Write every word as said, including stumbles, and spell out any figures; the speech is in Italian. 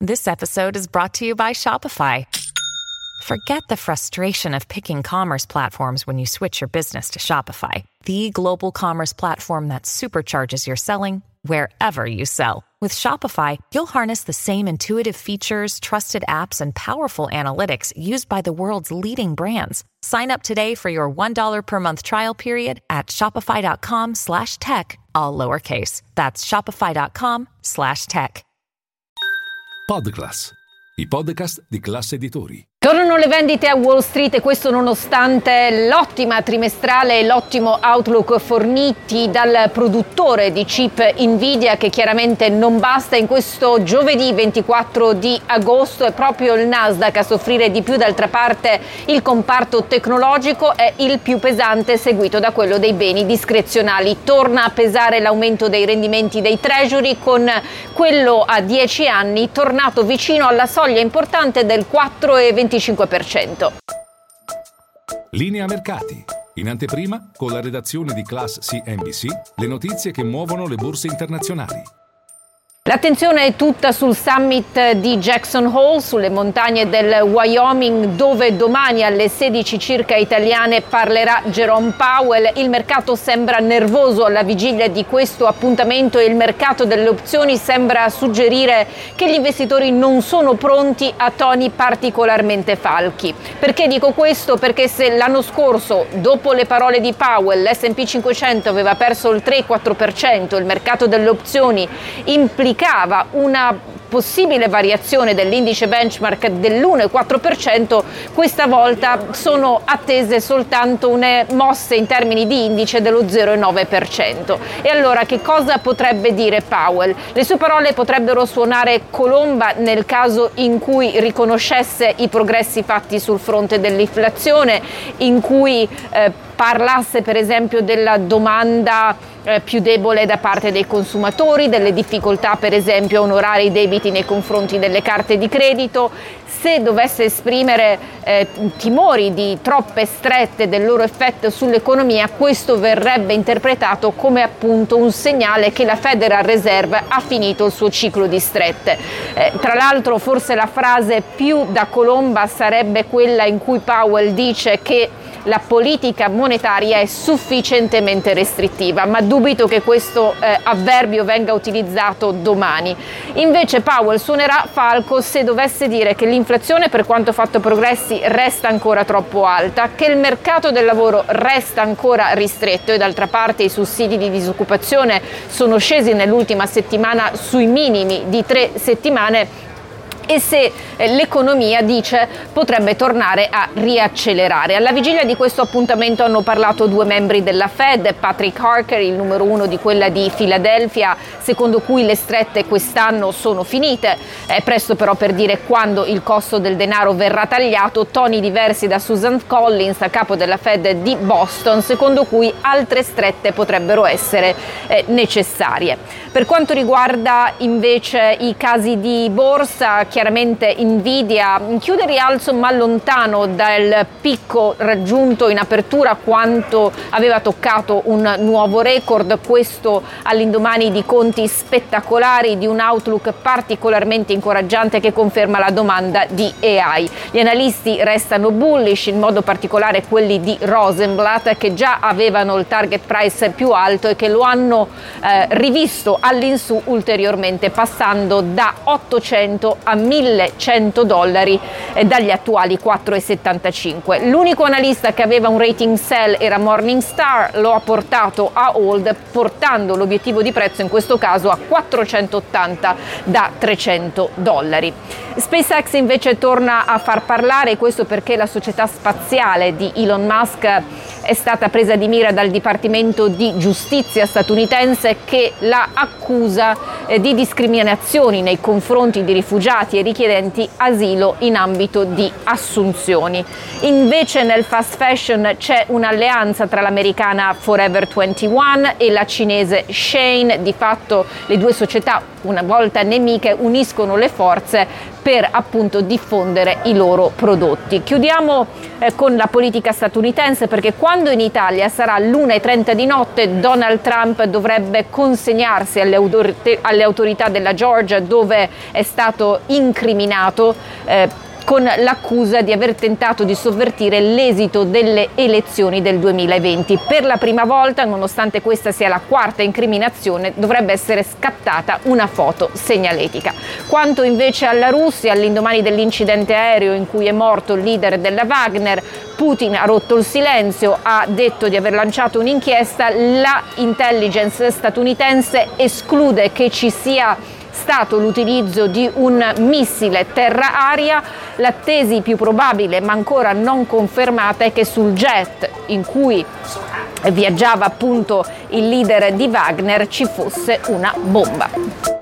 This episode is brought to you by Shopify. Forget the frustration of picking commerce platforms when you switch your business to Shopify, the global commerce platform that supercharges your selling wherever you sell. With Shopify, you'll harness the same intuitive features, trusted apps, and powerful analytics used by the world's leading brands. Sign up today for your one dollar per month trial period at shopify.com slash tech, all lowercase. That's shopify.com slash tech. Podclass, i podcast di Class Editori. Tornano le vendite a Wall Street e questo nonostante l'ottima trimestrale e l'ottimo outlook forniti dal produttore di chip Nvidia, che chiaramente non basta. In questo giovedì ventiquattro di agosto è proprio il Nasdaq a soffrire di più. D'altra parte il comparto tecnologico è il più pesante, seguito da quello dei beni discrezionali. Torna a pesare l'aumento dei rendimenti dei treasury, con quello a dieci anni tornato vicino alla soglia importante del quattro virgola venticinque per cento. Linea mercati. In anteprima, con la redazione di Class C N B C, le notizie che muovono le borse internazionali. L'attenzione è tutta sul summit di Jackson Hole, sulle montagne del Wyoming, dove domani alle sedici circa italiane parlerà Jerome Powell. Il mercato sembra nervoso alla vigilia di questo appuntamento e il mercato delle opzioni sembra suggerire che gli investitori non sono pronti a toni particolarmente falchi. Perché dico questo? Perché se l'anno scorso, dopo le parole di Powell, l'S and P cinquecento aveva perso il tre virgola quattro per cento, il mercato delle opzioni implica una possibile variazione dell'indice benchmark dell'uno virgola quattro per cento, questa volta sono attese soltanto une mosse in termini di indice dello zero virgola nove per cento. E allora che cosa potrebbe dire Powell? Le sue parole potrebbero suonare colomba nel caso in cui riconoscesse i progressi fatti sul fronte dell'inflazione, in cui eh, parlasse per esempio della domanda eh, più debole da parte dei consumatori, delle difficoltà per esempio a onorare i debiti nei confronti delle carte di credito. Se dovesse esprimere eh, timori di troppe strette del loro effetto sull'economia, questo verrebbe interpretato come appunto un segnale che la Federal Reserve ha finito il suo ciclo di strette. Eh, tra l'altro forse la frase più da colomba sarebbe quella in cui Powell dice che la politica monetaria è sufficientemente restrittiva, ma dubito che questo eh, avverbio venga utilizzato domani. Invece Powell suonerà falco se dovesse dire che l'inflazione, per quanto fatto progressi, resta ancora troppo alta, che il mercato del lavoro resta ancora ristretto e d'altra parte i sussidi di disoccupazione sono scesi nell'ultima settimana sui minimi di tre settimane. E se l'economia, dice, potrebbe tornare a riaccelerare. Alla vigilia di questo appuntamento hanno parlato due membri della Fed, Patrick Harker, il numero uno di quella di Filadelfia, secondo cui le strette quest'anno sono finite. È presto però per dire quando il costo del denaro verrà tagliato. Toni diversi da Susan Collins, a capo della Fed di Boston, secondo cui altre strette potrebbero essere eh, necessarie. Per quanto riguarda invece i casi di borsa, chiaramente Nvidia chiude in rialzo ma lontano dal picco raggiunto in apertura, quanto aveva toccato un nuovo record, questo all'indomani di conti spettacolari, di un outlook particolarmente incoraggiante che conferma la domanda di A I. Gli analisti restano bullish, in modo particolare quelli di Rosenblatt, che già avevano il target price più alto e che lo hanno eh, rivisto all'insù ulteriormente, passando da ottocento a millecento dollari eh, dagli attuali quattro virgola settantacinque. L'unico analista che aveva un rating sell era Morningstar, lo ha portato a hold, portando l'obiettivo di prezzo in questo caso a quattrocentottanta da trecento dollari. SpaceX invece torna a far parlare, questo perché la società spaziale di Elon Musk è stata presa di mira dal Dipartimento di Giustizia statunitense, che la accusa eh, di discriminazioni nei confronti di rifugiati e richiedenti asilo in ambito di assunzioni. Invece nel fast fashion c'è un'alleanza tra l'americana Forever ventuno e la cinese Shein. Di fatto le due società una volta nemiche, uniscono le forze per appunto diffondere i loro prodotti. Chiudiamo eh, con la politica statunitense, perché quando in Italia sarà l'una e trenta di notte Donald Trump dovrebbe consegnarsi alle, autor- alle autorità della Georgia, dove è stato incriminato eh, con l'accusa di aver tentato di sovvertire l'esito delle elezioni del duemilaventi. Per la prima volta, nonostante questa sia la quarta incriminazione, dovrebbe essere scattata una foto segnaletica. Quanto invece alla Russia, all'indomani dell'incidente aereo in cui è morto il leader della Wagner, Putin ha rotto il silenzio, ha detto di aver lanciato un'inchiesta. La intelligence statunitense esclude che ci sia stato l'utilizzo di un missile terra-aria. La tesi più probabile, ma ancora non confermata, è che sul jet in cui viaggiava appunto il leader di Wagner ci fosse una bomba.